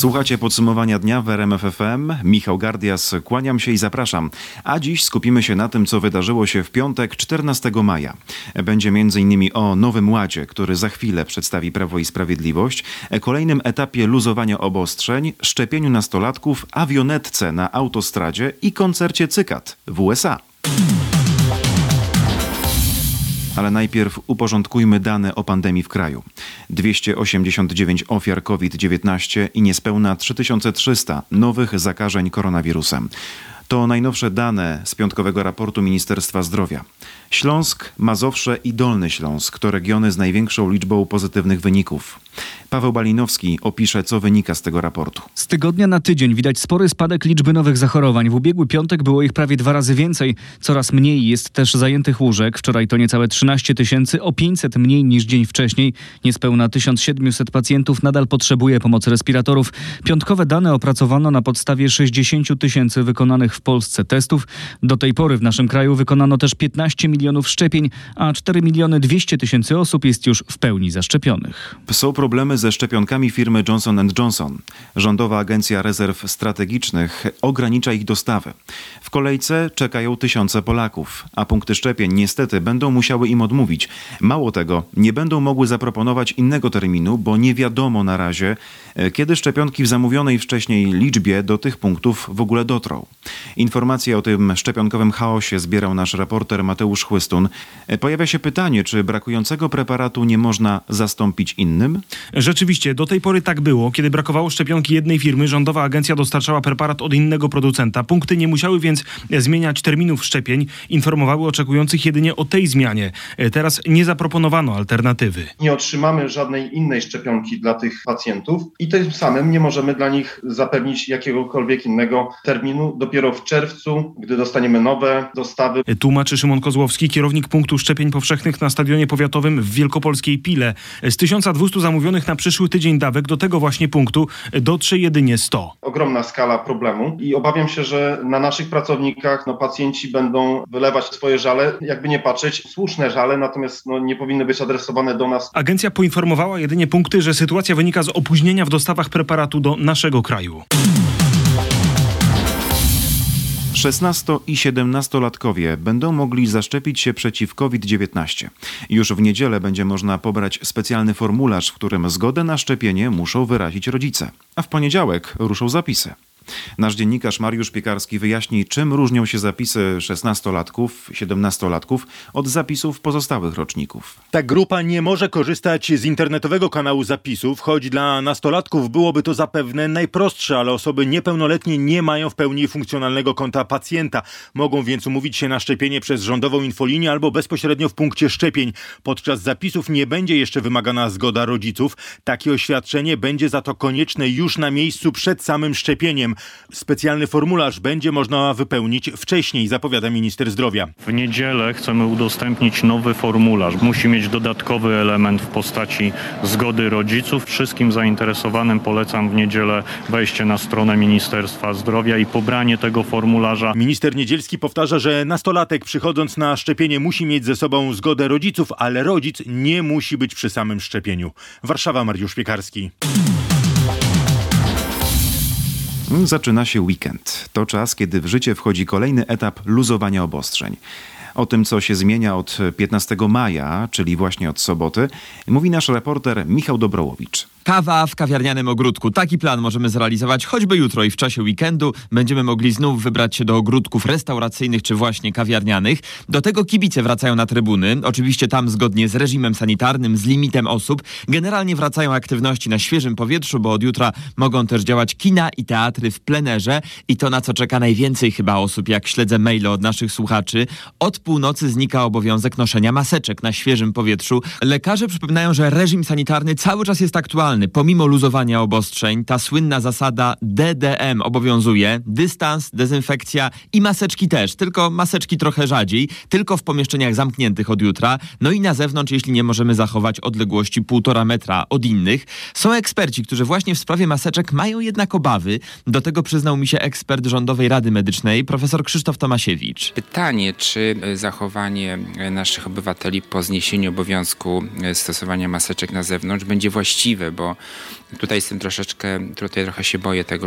Słuchacie podsumowania dnia w RMF FM. Michał Gardias, kłaniam się i zapraszam. A dziś skupimy się na tym, co wydarzyło się w piątek 14 maja. Będzie m.in. o Nowym Ładzie, który za chwilę przedstawi Prawo i Sprawiedliwość, kolejnym etapie luzowania obostrzeń, szczepieniu nastolatków, awionetce na autostradzie i koncercie Cykat w USA. Ale najpierw uporządkujmy dane o pandemii w kraju. 289 ofiar COVID-19 i niespełna 3300 nowych zakażeń koronawirusem. To najnowsze dane z piątkowego raportu Ministerstwa Zdrowia. Śląsk, Mazowsze i Dolny Śląsk to regiony z największą liczbą pozytywnych wyników. Paweł Balinowski opisze, co wynika z tego raportu. Z tygodnia na tydzień widać spory spadek liczby nowych zachorowań. W ubiegły piątek było ich prawie 2 razy więcej. Coraz mniej jest też zajętych łóżek. Wczoraj to niecałe 13 tysięcy, o 500 mniej niż dzień wcześniej. Niespełna 1700 pacjentów nadal potrzebuje pomocy respiratorów. Piątkowe dane opracowano na podstawie 60 tysięcy wykonanych w Polsce testów. Do tej pory w naszym kraju wykonano też 15 milionów szczepień, a 4 200 000 osób jest już w pełni zaszczepionych. Są problemy ze szczepionkami firmy Johnson & Johnson. Rządowa Agencja Rezerw Strategicznych ogranicza ich dostawy. W kolejce czekają tysiące Polaków, a punkty szczepień niestety będą musiały im odmówić. Mało tego, nie będą mogły zaproponować innego terminu, bo nie wiadomo na razie, kiedy szczepionki w zamówionej wcześniej liczbie do tych punktów w ogóle dotrą. Informacje o tym szczepionkowym chaosie zbierał nasz reporter Mateusz Chłystun. Pojawia się pytanie, czy brakującego preparatu nie można zastąpić innym? Rzeczywiście, do tej pory tak było. Kiedy brakowało szczepionki jednej firmy, rządowa agencja dostarczała preparat od innego producenta. Punkty nie musiały więc zmieniać terminów szczepień. Informowały oczekujących jedynie o tej zmianie. Teraz nie zaproponowano alternatywy. Nie otrzymamy żadnej innej szczepionki dla tych pacjentów i tym samym nie możemy dla nich zapewnić jakiegokolwiek innego terminu. Dopiero w czerwcu, gdy dostaniemy nowe dostawy. Tłumaczy Szymon Kozłowski, kierownik punktu szczepień powszechnych na stadionie powiatowym w wielkopolskiej Pile. Z 1200 zamówionych na przyszły tydzień dawek do tego właśnie punktu dotrze jedynie 100. Ogromna skala problemu i obawiam się, że na naszych pracownikach pacjenci będą wylewać swoje żale, jakby nie patrzeć, słuszne żale, natomiast nie powinny być adresowane do nas. Agencja poinformowała jedynie punkty, że sytuacja wynika z opóźnienia w dostawach preparatu do naszego kraju. 16- i 17-latkowie będą mogli zaszczepić się przeciw COVID-19. Już w niedzielę będzie można pobrać specjalny formularz, w którym zgodę na szczepienie muszą wyrazić rodzice. A w poniedziałek ruszą zapisy. Nasz dziennikarz Mariusz Piekarski wyjaśni, czym różnią się zapisy 16-latków, 17-latków od zapisów pozostałych roczników. Ta grupa nie może korzystać z internetowego kanału zapisów, choć dla nastolatków byłoby to zapewne najprostsze, ale osoby niepełnoletnie nie mają w pełni funkcjonalnego konta pacjenta. Mogą więc umówić się na szczepienie przez rządową infolinię albo bezpośrednio w punkcie szczepień. Podczas zapisów nie będzie jeszcze wymagana zgoda rodziców. Takie oświadczenie będzie za to konieczne już na miejscu przed samym szczepieniem. Specjalny formularz będzie można wypełnić wcześniej, zapowiada minister zdrowia. W niedzielę chcemy udostępnić nowy formularz. Musi mieć dodatkowy element w postaci zgody rodziców. Wszystkim zainteresowanym polecam w niedzielę wejście na stronę Ministerstwa Zdrowia i pobranie tego formularza. Minister Niedzielski powtarza, że nastolatek przychodząc na szczepienie musi mieć ze sobą zgodę rodziców, ale rodzic nie musi być przy samym szczepieniu. Warszawa, Mariusz Piekarski. Zaczyna się weekend. To czas, kiedy w życie wchodzi kolejny etap luzowania obostrzeń. O tym, co się zmienia od 15 maja, czyli właśnie od soboty, mówi nasz reporter Michał Dobrołowicz. Kawa w kawiarnianym ogródku. Taki plan możemy zrealizować choćby jutro i w czasie weekendu. Będziemy mogli znów wybrać się do ogródków restauracyjnych czy właśnie kawiarnianych. Do tego kibice wracają na trybuny. Oczywiście tam zgodnie z reżimem sanitarnym, z limitem osób. Generalnie wracają aktywności na świeżym powietrzu, bo od jutra mogą też działać kina i teatry w plenerze. I to, na co czeka najwięcej chyba osób, jak śledzę maile od naszych słuchaczy. Od północy znika obowiązek noszenia maseczek na świeżym powietrzu. Lekarze przypominają, że reżim sanitarny cały czas jest aktualny. Pomimo luzowania obostrzeń, ta słynna zasada DDM obowiązuje. Dystans, dezynfekcja i maseczki też. Tylko maseczki trochę rzadziej. Tylko w pomieszczeniach zamkniętych od jutra. No i na zewnątrz, jeśli nie możemy zachować odległości 1,5 metra od innych. Są eksperci, którzy właśnie w sprawie maseczek mają jednak obawy. Do tego przyznał mi się ekspert Rządowej Rady Medycznej, profesor Krzysztof Tomasiewicz. Pytanie, czy zachowanie naszych obywateli po zniesieniu obowiązku stosowania maseczek na zewnątrz będzie właściwe, bo bo tutaj trochę się boję tego,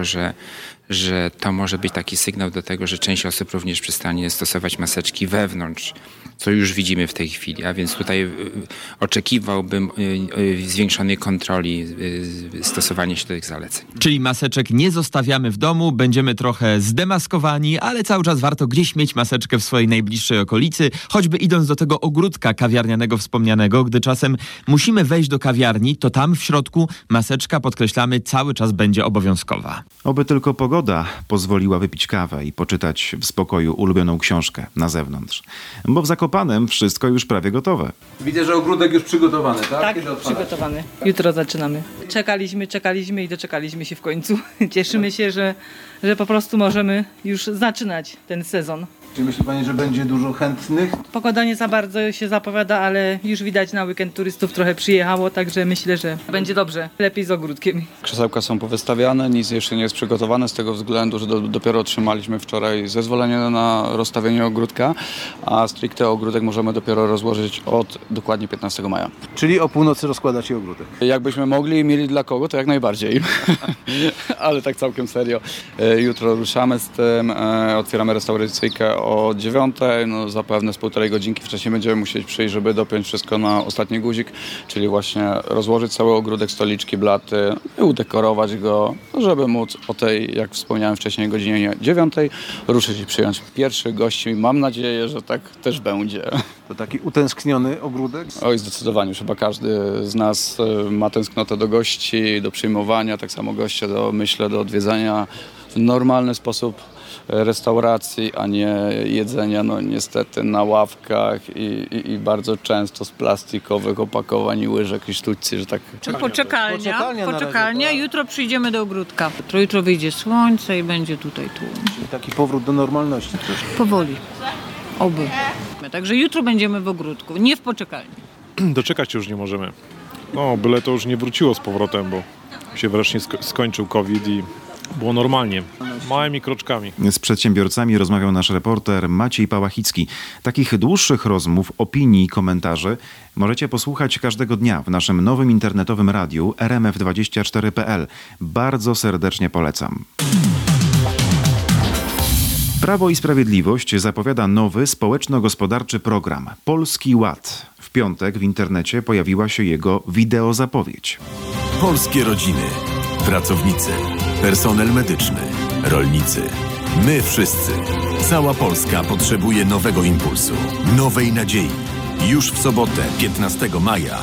że to może być taki sygnał do tego, że część osób również przestanie stosować maseczki wewnątrz, co już widzimy w tej chwili, a więc tutaj oczekiwałbym zwiększonej kontroli stosowania się do tych zaleceń. Czyli maseczek nie zostawiamy w domu, będziemy trochę zdemaskowani, ale cały czas warto gdzieś mieć maseczkę w swojej najbliższej okolicy, choćby idąc do tego ogródka kawiarnianego wspomnianego, gdy czasem musimy wejść do kawiarni, to tam w środku maseczka, podkreślamy, cały czas będzie obowiązkowa. Oby tylko pogoda pozwoliła wypić kawę i poczytać w spokoju ulubioną książkę na zewnątrz. Bo w Zakopanem wszystko już prawie gotowe. Widzę, że ogródek już przygotowany, tak? Tak, przygotowany. Jutro zaczynamy. Czekaliśmy i doczekaliśmy się w końcu. Cieszymy się, że po prostu możemy już zaczynać ten sezon. Czy myśli pani, że będzie dużo chętnych? Pogoda nie za bardzo się zapowiada, ale już widać na weekend turystów trochę przyjechało, także myślę, że będzie dobrze. Lepiej z ogródkiem. Krzesełka są powystawiane, nic jeszcze nie jest przygotowane z tego względu, że dopiero otrzymaliśmy wczoraj zezwolenie na rozstawienie ogródka, a stricte ogródek możemy dopiero rozłożyć od dokładnie 15 maja. Czyli o północy rozkładacie ogródek? Jakbyśmy mogli i mieli dla kogo, to jak najbardziej. Ale tak całkiem serio. Jutro ruszamy z tym, otwieramy restauracyjkę o 9:00, no zapewne z 1,5 godzinki wcześniej będziemy musieli przyjść, żeby dopiąć wszystko na ostatni guzik, czyli właśnie rozłożyć cały ogródek, stoliczki, blaty i udekorować go, żeby móc o tej, jak wspomniałem wcześniej, godzinie 9:00 ruszyć i przyjąć pierwszych gości. Mam nadzieję, że tak też będzie. To taki utęskniony ogródek? Oj, zdecydowanie. Już chyba każdy z nas ma tęsknotę do gości, do przyjmowania, tak samo goście do odwiedzania w normalny sposób restauracji, a nie jedzenia, no niestety na ławkach i bardzo często z plastikowych opakowań i łyżek i sztućcy, że tak... Poczekalnia. Jutro przyjdziemy do ogródka. Jutro wyjdzie słońce i będzie tutaj tłum. Czyli taki powrót do normalności troszkę. Powoli. Oby. Także jutro będziemy w ogródku, nie w poczekalni. Doczekać już nie możemy. No, byle to już nie wróciło z powrotem, bo się wreszcie skończył COVID i było normalnie, małymi kroczkami. Z przedsiębiorcami rozmawiał nasz reporter Maciej Pałachicki. Takich dłuższych rozmów, opinii i komentarzy możecie posłuchać każdego dnia w naszym nowym internetowym radiu rmf24.pl. Bardzo serdecznie polecam. Prawo i Sprawiedliwość zapowiada nowy społeczno-gospodarczy program Polski Ład. W piątek w internecie pojawiła się jego wideozapowiedź. Polskie rodziny, pracownicy, personel medyczny, rolnicy. My wszyscy. Cała Polska potrzebuje nowego impulsu, nowej nadziei. Już w sobotę, 15 maja.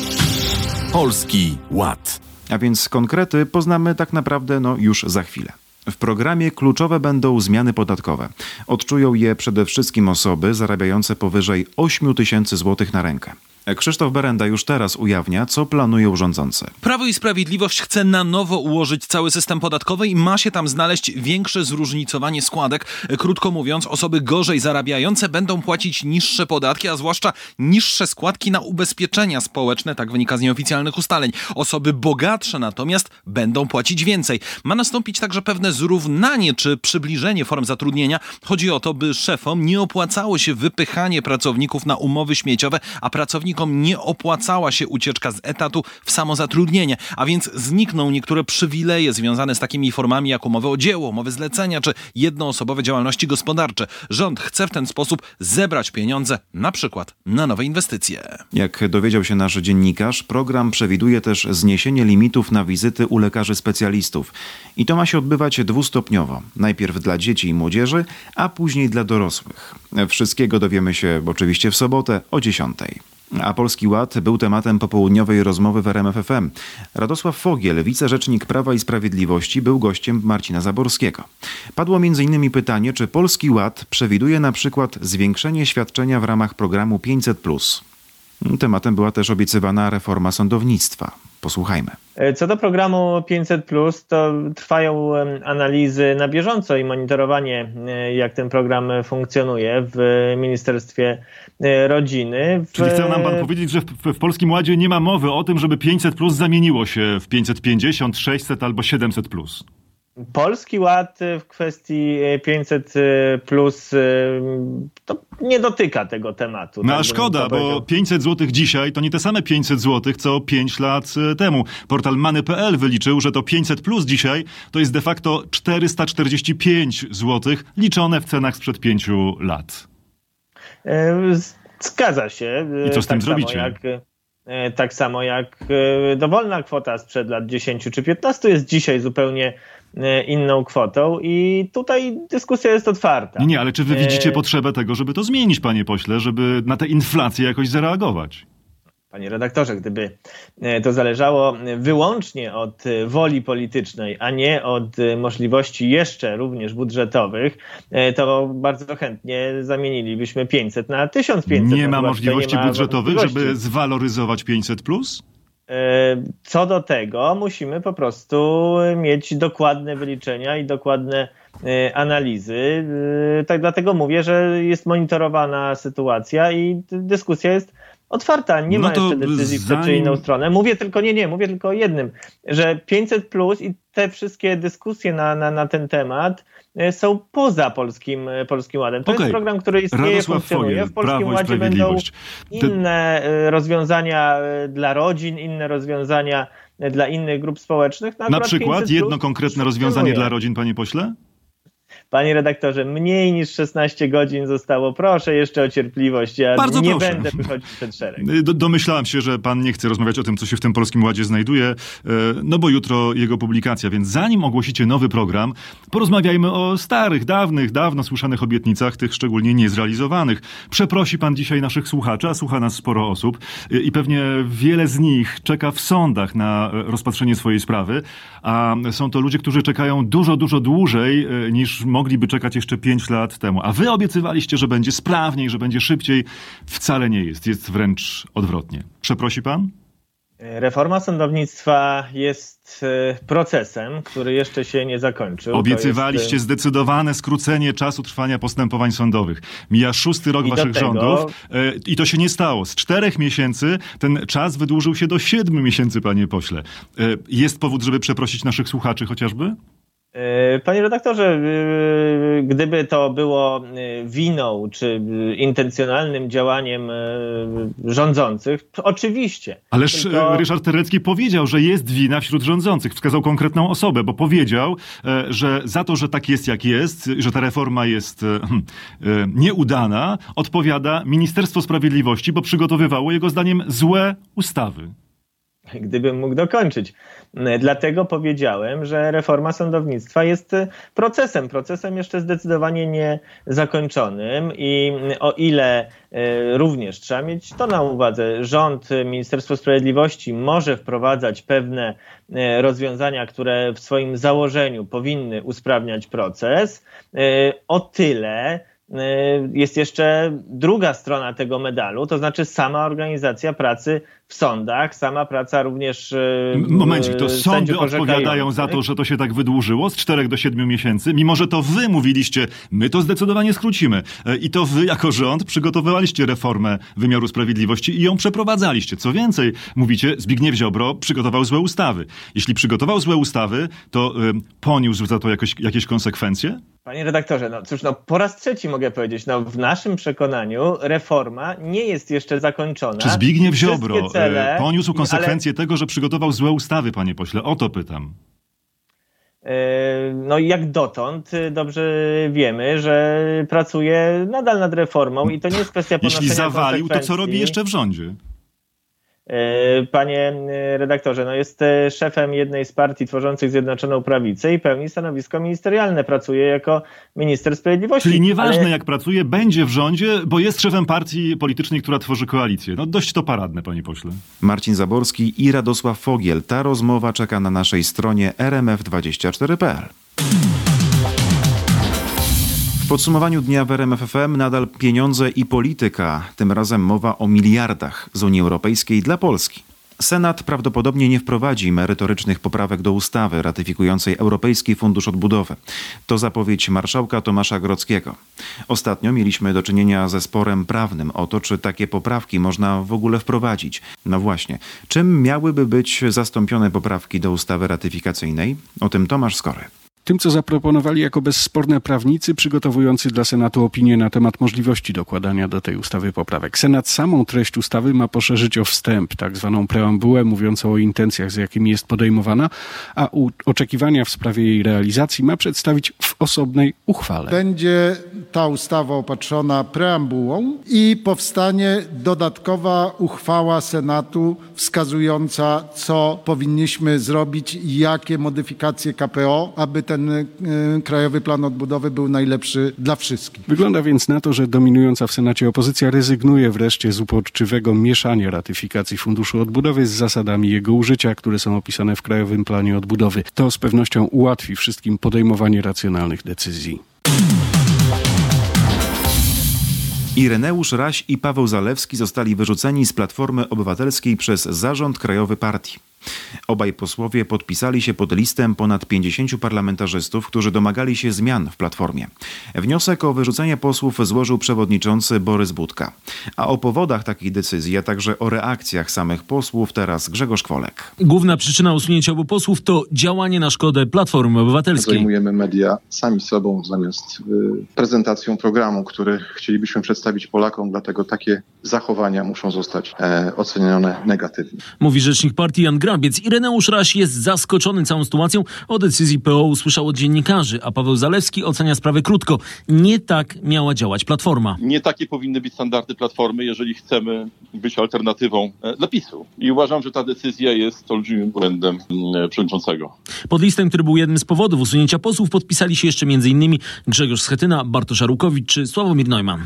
Polski Ład. A więc konkrety poznamy tak naprawdę już za chwilę. W programie kluczowe będą zmiany podatkowe. Odczują je przede wszystkim osoby zarabiające powyżej 8 000 złotych na rękę. Krzysztof Berenda już teraz ujawnia, co planują rządzący. Prawo i Sprawiedliwość chce na nowo ułożyć cały system podatkowy i ma się tam znaleźć większe zróżnicowanie składek. Krótko mówiąc, osoby gorzej zarabiające będą płacić niższe podatki, a zwłaszcza niższe składki na ubezpieczenia społeczne, tak wynika z nieoficjalnych ustaleń. Osoby bogatsze natomiast będą płacić więcej. Ma nastąpić także pewne zrównanie czy przybliżenie form zatrudnienia. Chodzi o to, by szefom nie opłacało się wypychanie pracowników na umowy śmieciowe, a pracownikom nie opłacała się ucieczka z etatu w samozatrudnienie, a więc znikną niektóre przywileje związane z takimi formami jak umowy o dzieło, umowy zlecenia czy jednoosobowe działalności gospodarcze. Rząd chce w ten sposób zebrać pieniądze na przykład na nowe inwestycje. Jak dowiedział się nasz dziennikarz, program przewiduje też zniesienie limitów na wizyty u lekarzy specjalistów. I to ma się odbywać dwustopniowo. Najpierw dla dzieci i młodzieży, a później dla dorosłych. Wszystkiego dowiemy się oczywiście w sobotę o 10:00. A Polski Ład był tematem popołudniowej rozmowy w RMF FM. Radosław Fogiel, wicerzecznik Prawa i Sprawiedliwości, był gościem Marcina Zaborskiego. Padło m.in. pytanie, czy Polski Ład przewiduje na przykład zwiększenie świadczenia w ramach programu 500+. Tematem była też obiecywana reforma sądownictwa. Posłuchajmy. Co do programu 500+, to trwają analizy na bieżąco i monitorowanie, jak ten program funkcjonuje w Ministerstwie Rodziny. Czyli chce nam pan powiedzieć, że w Polskim Ładzie nie ma mowy o tym, żeby 500+ zamieniło się w 550, 600 albo 700+. Polski Ład w kwestii 500 plus to nie dotyka tego tematu. No tak a bym szkoda, to powiedział. bo 500 zł dzisiaj to nie te same 500 zł, co 5 lat temu. Portal Money.pl wyliczył, że to 500 plus dzisiaj to jest de facto 445 zł liczone w cenach sprzed 5 lat. Zgadza się. I co z tym zrobicie? Tak samo jak dowolna kwota sprzed lat 10 czy 15 jest dzisiaj zupełnie inną kwotą i tutaj dyskusja jest otwarta. Nie, ale czy wy widzicie potrzebę tego, żeby to zmienić, panie pośle, żeby na tę inflację jakoś zareagować? Panie redaktorze, gdyby to zależało wyłącznie od woli politycznej, a nie od możliwości jeszcze również budżetowych, to bardzo chętnie zamienilibyśmy 500 na 1500. Nie ma możliwości budżetowych, żeby wątpliwości. zwaloryzować 500 plus? Co do tego musimy po prostu mieć dokładne wyliczenia i dokładne analizy. Tak dlatego mówię, że jest monitorowana sytuacja i dyskusja jest otwarta. Nie ma jeszcze decyzji w tę czy inną stronę. Mówię tylko o jednym, że 500 plus i te wszystkie dyskusje na ten temat są poza Polskim Ładem. To jest program, który istnieje, funkcjonuje. W Polskim Ładzie będą inne rozwiązania dla rodzin, inne rozwiązania dla innych grup społecznych. Na przykład jedno konkretne rozwiązanie dla rodzin, panie pośle? Panie redaktorze, mniej niż 16 godzin zostało. Proszę jeszcze o cierpliwość. Ja Bardzo nie proszę. będę wychodzić przed szereg. Domyślałem się, że pan nie chce rozmawiać o tym, co się w tym Polskim Ładzie znajduje, no bo jutro jego publikacja, więc zanim ogłosicie nowy program, porozmawiajmy o starych, dawno słyszanych obietnicach, tych szczególnie niezrealizowanych. Przeprosi pan dzisiaj naszych słuchaczy, a słucha nas sporo osób i pewnie wiele z nich czeka w sądach na rozpatrzenie swojej sprawy, a są to ludzie, którzy czekają dużo dłużej niż mogliby czekać jeszcze 5 lat temu. A wy obiecywaliście, że będzie sprawniej, że będzie szybciej. Wcale nie jest. Jest wręcz odwrotnie. Przeprosi pan? Reforma sądownictwa jest procesem, który jeszcze się nie zakończył. Obiecywaliście zdecydowane skrócenie czasu trwania postępowań sądowych. Mija 6. rok waszych rządów i to się nie stało. Z 4 miesięcy ten czas wydłużył się do 7 miesięcy, panie pośle. Jest powód, żeby przeprosić naszych słuchaczy chociażby? Panie redaktorze, gdyby to było winą czy intencjonalnym działaniem rządzących, to oczywiście. Ależ Ryszard Terlecki powiedział, że jest wina wśród rządzących. Wskazał konkretną osobę, bo powiedział, że za to, że tak jest jak jest, że ta reforma jest nieudana, odpowiada Ministerstwo Sprawiedliwości, bo przygotowywało jego zdaniem złe ustawy. Gdybym mógł dokończyć. Dlatego powiedziałem, że reforma sądownictwa jest procesem jeszcze zdecydowanie niezakończonym i o ile również trzeba mieć to na uwadze, rząd, Ministerstwo Sprawiedliwości może wprowadzać pewne rozwiązania, które w swoim założeniu powinny usprawniać proces, o tyle jest jeszcze druga strona tego medalu, to znaczy sama organizacja pracy w sądach, sama praca również Momencik, to sądy odpowiadają za to, że to się tak wydłużyło z 4 do 7 miesięcy, mimo że to wy mówiliście, my to zdecydowanie skrócimy. I to wy jako rząd przygotowywaliście reformę wymiaru sprawiedliwości i ją przeprowadzaliście. Co więcej, mówicie, Zbigniew Ziobro przygotował złe ustawy. Jeśli przygotował złe ustawy, to poniósł za to jakieś konsekwencje? Panie redaktorze, po raz trzeci mogę powiedzieć, w naszym przekonaniu reforma nie jest jeszcze zakończona. Czy Zbigniew Ziobro poniósł konsekwencje tego, że przygotował złe ustawy, panie pośle? O to pytam. Jak dotąd dobrze wiemy, że pracuje nadal nad reformą i to nie jest kwestia ponoszenia Jeśli zawalił, to konsekwencji. co robi jeszcze w rządzie? Panie redaktorze, jest szefem jednej z partii tworzących Zjednoczoną Prawicę i pełni stanowisko ministerialne. Pracuje jako minister sprawiedliwości. Czyli nieważne jak pracuje, będzie w rządzie, bo jest szefem partii politycznej, która tworzy koalicję. Dość to paradne, panie pośle. Marcin Zaborski i Radosław Fogiel. Ta rozmowa czeka na naszej stronie rmf24.pl. W podsumowaniu dnia w RMF FM nadal pieniądze i polityka. Tym razem mowa o miliardach z Unii Europejskiej dla Polski. Senat prawdopodobnie nie wprowadzi merytorycznych poprawek do ustawy ratyfikującej Europejski Fundusz Odbudowy. To zapowiedź marszałka Tomasza Grodzkiego. Ostatnio mieliśmy do czynienia ze sporem prawnym o to, czy takie poprawki można w ogóle wprowadzić. No właśnie, czym miałyby być zastąpione poprawki do ustawy ratyfikacyjnej? O tym Tomasz Skory. Tym, co zaproponowali jako bezsporne prawnicy przygotowujący dla Senatu opinię na temat możliwości dokładania do tej ustawy poprawek. Senat samą treść ustawy ma poszerzyć o wstęp, tak zwaną preambułę mówiącą o intencjach, z jakimi jest podejmowana, a oczekiwania w sprawie jej realizacji ma przedstawić w osobnej uchwale. Będzie ta ustawa opatrzona preambułą i powstanie dodatkowa uchwała Senatu wskazująca, co powinniśmy zrobić i jakie modyfikacje KPO, aby ten Krajowy Plan Odbudowy był najlepszy dla wszystkich. Wygląda więc na to, że dominująca w Senacie opozycja rezygnuje wreszcie z uporczywego mieszania ratyfikacji Funduszu Odbudowy z zasadami jego użycia, które są opisane w Krajowym Planie Odbudowy. To z pewnością ułatwi wszystkim podejmowanie racjonalnych decyzji. Ireneusz Raś i Paweł Zalewski zostali wyrzuceni z Platformy Obywatelskiej przez Zarząd Krajowy Partii. Obaj posłowie podpisali się pod listem ponad 50 parlamentarzystów, którzy domagali się zmian w Platformie. Wniosek o wyrzucenie posłów złożył przewodniczący Borys Budka. A o powodach takiej decyzji, a także o reakcjach samych posłów teraz Grzegorz Kwolek. Główna przyczyna usunięcia obu posłów to działanie na szkodę Platformy Obywatelskiej. Zajmujemy media sami sobą zamiast prezentacją programu, który chcielibyśmy przedstawić Polakom, dlatego takie zachowania muszą zostać ocenione negatywnie. Mówi rzecznik partii Jan Grabiec. Ireneusz Raś jest zaskoczony całą sytuacją. O decyzji PO usłyszał od dziennikarzy, a Paweł Zalewski ocenia sprawę krótko. Nie tak miała działać Platforma. Nie takie powinny być standardy Platformy, jeżeli chcemy być alternatywą dla PiS-u. I uważam, że ta decyzja jest olbrzymim błędem przewodniczącego. Pod listem, który był jednym z powodów usunięcia posłów, podpisali się jeszcze m.in. Grzegorz Schetyna, Bartosz Arłukowicz czy Sławomir Neumann.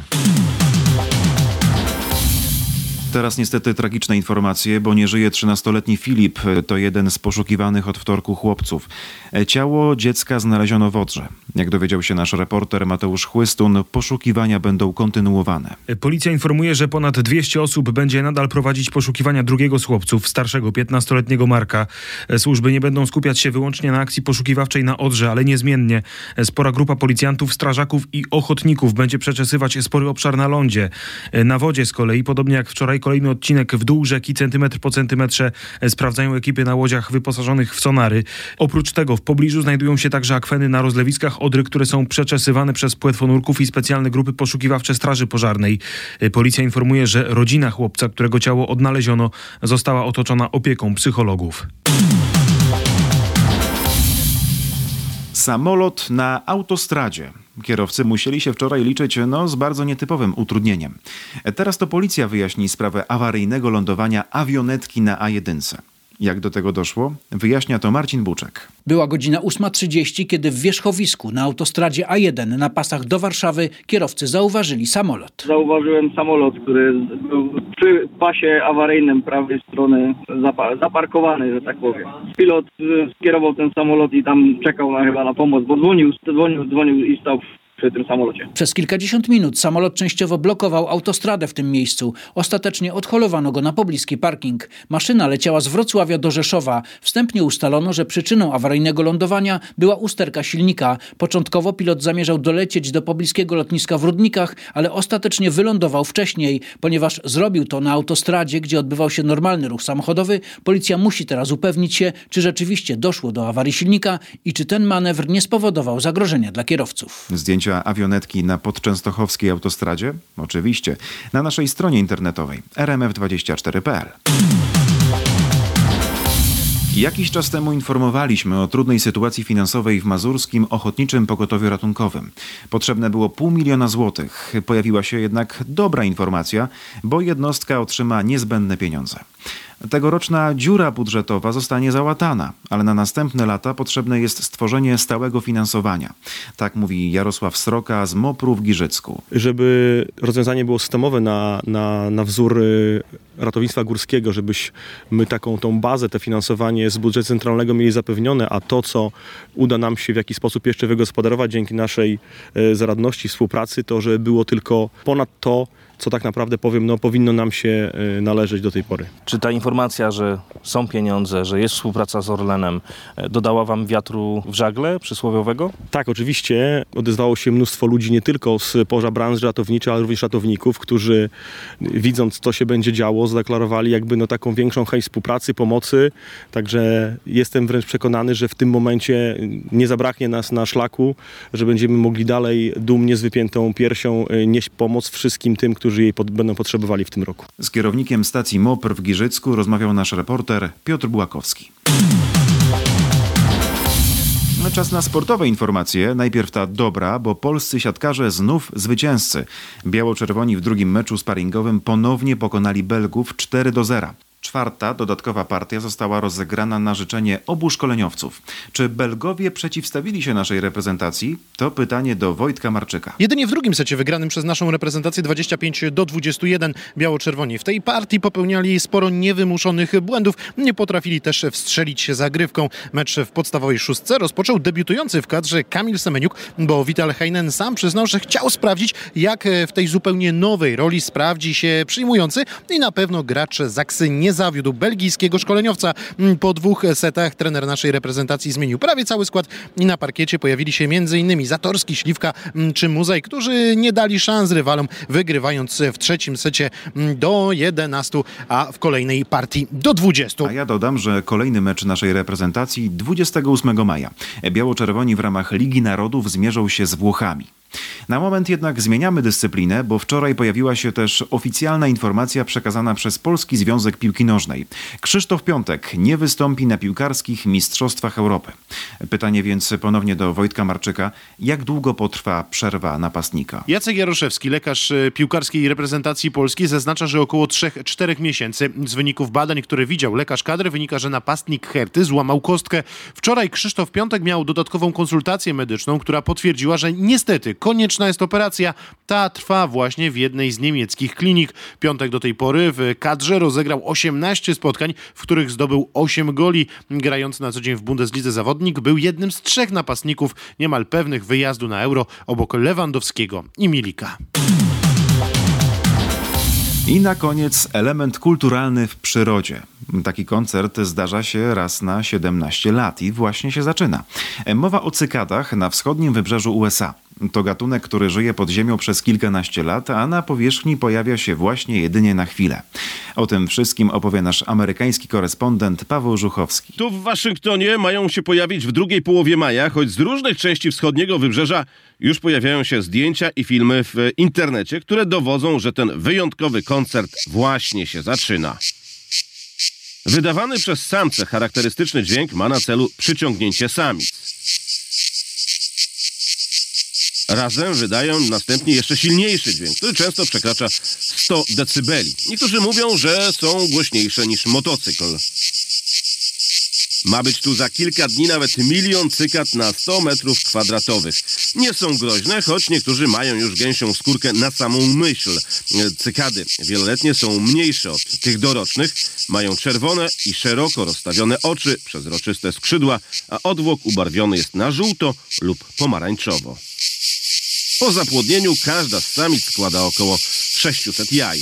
Teraz niestety tragiczne informacje, bo nie żyje 13-letni Filip. To jeden z poszukiwanych od wtorku chłopców. Ciało dziecka znaleziono w Odrze. Jak dowiedział się nasz reporter Mateusz Chłystun, poszukiwania będą kontynuowane. Policja informuje, że ponad 200 osób będzie nadal prowadzić poszukiwania drugiego z chłopców, starszego 15-letniego Marka. Służby nie będą skupiać się wyłącznie na akcji poszukiwawczej na Odrze, ale niezmiennie. Spora grupa policjantów, strażaków i ochotników będzie przeczesywać spory obszar na lądzie. Na wodzie z kolei, podobnie jak wczoraj, kolejny odcinek w dół rzeki, centymetr po centymetrze, sprawdzają ekipy na łodziach wyposażonych w sonary. Oprócz tego w pobliżu znajdują się także akweny na rozlewiskach Odry, które są przeczesywane przez płetwonurków i specjalne grupy poszukiwawcze Straży Pożarnej. Policja informuje, że rodzina chłopca, którego ciało odnaleziono, została otoczona opieką psychologów. Samolot na autostradzie. Kierowcy musieli się wczoraj liczyć z bardzo nietypowym utrudnieniem. Teraz to policja wyjaśni sprawę awaryjnego lądowania awionetki na A1. Jak do tego doszło? Wyjaśnia to Marcin Buczek. Była godzina 8:30, kiedy w wierzchowisku na autostradzie A1 na pasach do Warszawy kierowcy zauważyli samolot. Zauważyłem samolot, który był przy pasie awaryjnym prawej strony zaparkowany, że tak powiem. Pilot skierował ten samolot i tam czekał chyba na pomoc, bo dzwonił i stał przy tym samolocie. Przez kilkadziesiąt minut samolot częściowo blokował autostradę w tym miejscu. Ostatecznie odholowano go na pobliski parking. Maszyna leciała z Wrocławia do Rzeszowa. Wstępnie ustalono, że przyczyną awaryjnego lądowania była usterka silnika. Początkowo pilot zamierzał dolecieć do pobliskiego lotniska w Rudnikach, ale ostatecznie wylądował wcześniej. Ponieważ zrobił to na autostradzie, gdzie odbywał się normalny ruch samochodowy, policja musi teraz upewnić się, czy rzeczywiście doszło do awarii silnika i czy ten manewr nie spowodował zagrożenia dla kierowców. Zdjęcia awionetki na podczęstochowskiej autostradzie? Oczywiście. Na naszej stronie internetowej rmf24.pl. Jakiś czas temu informowaliśmy o trudnej sytuacji finansowej w Mazurskim Ochotniczym Pogotowiu Ratunkowym. Potrzebne było 500 000 złotych. Pojawiła się jednak dobra informacja, bo jednostka otrzyma niezbędne pieniądze. Tegoroczna dziura budżetowa zostanie załatana, ale na następne lata potrzebne jest stworzenie stałego finansowania. Tak mówi Jarosław Sroka z MOPR-u w Giżycku. Żeby rozwiązanie było systemowe na wzór ratownictwa górskiego, żebyśmy tą bazę, te finansowanie z budżetu centralnego mieli zapewnione, a to, co uda nam się w jakiś sposób jeszcze wygospodarować dzięki naszej zaradności, współpracy, to żeby było tylko ponad to, co tak naprawdę powiem, powinno nam się należeć do tej pory. Czy ta informacja, że są pieniądze, że jest współpraca z Orlenem, dodała wam wiatru w żagle przysłowiowego? Tak, oczywiście. Odezwało się mnóstwo ludzi nie tylko z poza branży ratowniczej, ale również ratowników, którzy widząc, co się będzie działo, zadeklarowali taką większą chęć współpracy, pomocy. Także jestem wręcz przekonany, że w tym momencie nie zabraknie nas na szlaku, że będziemy mogli dalej dumnie z wypiętą piersią nieść pomoc wszystkim tym, którzy jej będą potrzebowali w tym roku. Z kierownikiem stacji MOPR w Giżycku rozmawiał nasz reporter Piotr Błakowski. Czas na sportowe informacje. Najpierw ta dobra, bo polscy siatkarze znów zwycięzcy. Biało-czerwoni w drugim meczu sparingowym ponownie pokonali Belgów 4-0. Czwarta, dodatkowa partia została rozegrana na życzenie obu szkoleniowców. Czy Belgowie przeciwstawili się naszej reprezentacji? To pytanie do Wojtka Marczyka. Jedynie w drugim secie wygranym przez naszą reprezentację 25-21 biało-czerwoni. W tej partii popełniali sporo niewymuszonych błędów. Nie potrafili też wstrzelić się zagrywką. Mecz w podstawowej szóstce rozpoczął debiutujący w kadrze Kamil Semeniuk, bo Vital Heinen sam przyznał, że chciał sprawdzić, jak w tej zupełnie nowej roli sprawdzi się przyjmujący i na pewno gracz Zaksy nie zawiódł belgijskiego szkoleniowca. Po 2 setach trener naszej reprezentacji zmienił prawie cały skład i na parkiecie pojawili się m.in. Zatorski, Śliwka czy Muzaj, którzy nie dali szans rywalom, wygrywając w trzecim secie do 11, a w kolejnej partii do 20. A ja dodam, że kolejny mecz naszej reprezentacji 28 maja. Biało-czerwoni w ramach Ligi Narodów zmierzą się z Włochami. Na moment jednak zmieniamy dyscyplinę, bo wczoraj pojawiła się też oficjalna informacja przekazana przez Polski Związek Piłki Nożnej. Krzysztof Piątek nie wystąpi na piłkarskich Mistrzostwach Europy. Pytanie więc ponownie do Wojtka Marczyka. Jak długo potrwa przerwa napastnika? Jacek Jaroszewski, lekarz piłkarskiej reprezentacji Polski, zaznacza, że około 3-4 miesięcy. Z wyników badań, które widział lekarz kadry, wynika, że napastnik Herty złamał kostkę. Wczoraj Krzysztof Piątek miał dodatkową konsultację medyczną, która potwierdziła, że niestety konieczna jest operacja. Ta trwa właśnie w jednej z niemieckich klinik. Piątek do tej pory w kadrze rozegrał 18 spotkań, w których zdobył 8 goli. Grający na co dzień w Bundeslidze zawodnik był jednym z 3 napastników niemal pewnych wyjazdu na Euro obok Lewandowskiego i Milika. I na koniec element kulturalny w przyrodzie. Taki koncert zdarza się raz na 17 lat i właśnie się zaczyna. Mowa o cykadach na wschodnim wybrzeżu USA. To gatunek, który żyje pod ziemią przez kilkanaście lat, a na powierzchni pojawia się właśnie jedynie na chwilę. O tym wszystkim opowie nasz amerykański korespondent Paweł Żuchowski. Tu w Waszyngtonie mają się pojawić w drugiej połowie maja, choć z różnych części wschodniego wybrzeża już pojawiają się zdjęcia i filmy w internecie, które dowodzą, że ten wyjątkowy koncert właśnie się zaczyna. Wydawany przez samce charakterystyczny dźwięk ma na celu przyciągnięcie samic. Razem wydają następnie jeszcze silniejszy dźwięk, który często przekracza 100 decybeli. Niektórzy mówią, że są głośniejsze niż motocykl. Ma być tu za kilka dni nawet 1 000 000 cykad na 100 metrów kwadratowych. Nie są groźne, choć niektórzy mają już gęsią skórkę na samą myśl. Cykady wieloletnie są mniejsze od tych dorocznych, mają czerwone i szeroko rozstawione oczy, przezroczyste skrzydła, a odwłok ubarwiony jest na żółto lub pomarańczowo. Po zapłodnieniu każda z samic składa około 600 jaj.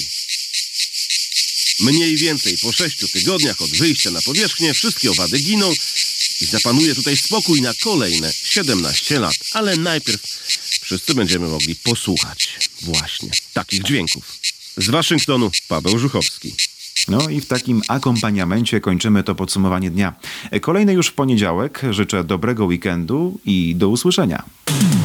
Mniej więcej po 6 tygodniach od wyjścia na powierzchnię wszystkie owady giną i zapanuje tutaj spokój na kolejne 17 lat. Ale najpierw wszyscy będziemy mogli posłuchać właśnie takich dźwięków. Z Waszyngtonu Paweł Żuchowski. No i w takim akompaniamencie kończymy to podsumowanie dnia. Kolejny już w poniedziałek. Życzę dobrego weekendu i do usłyszenia.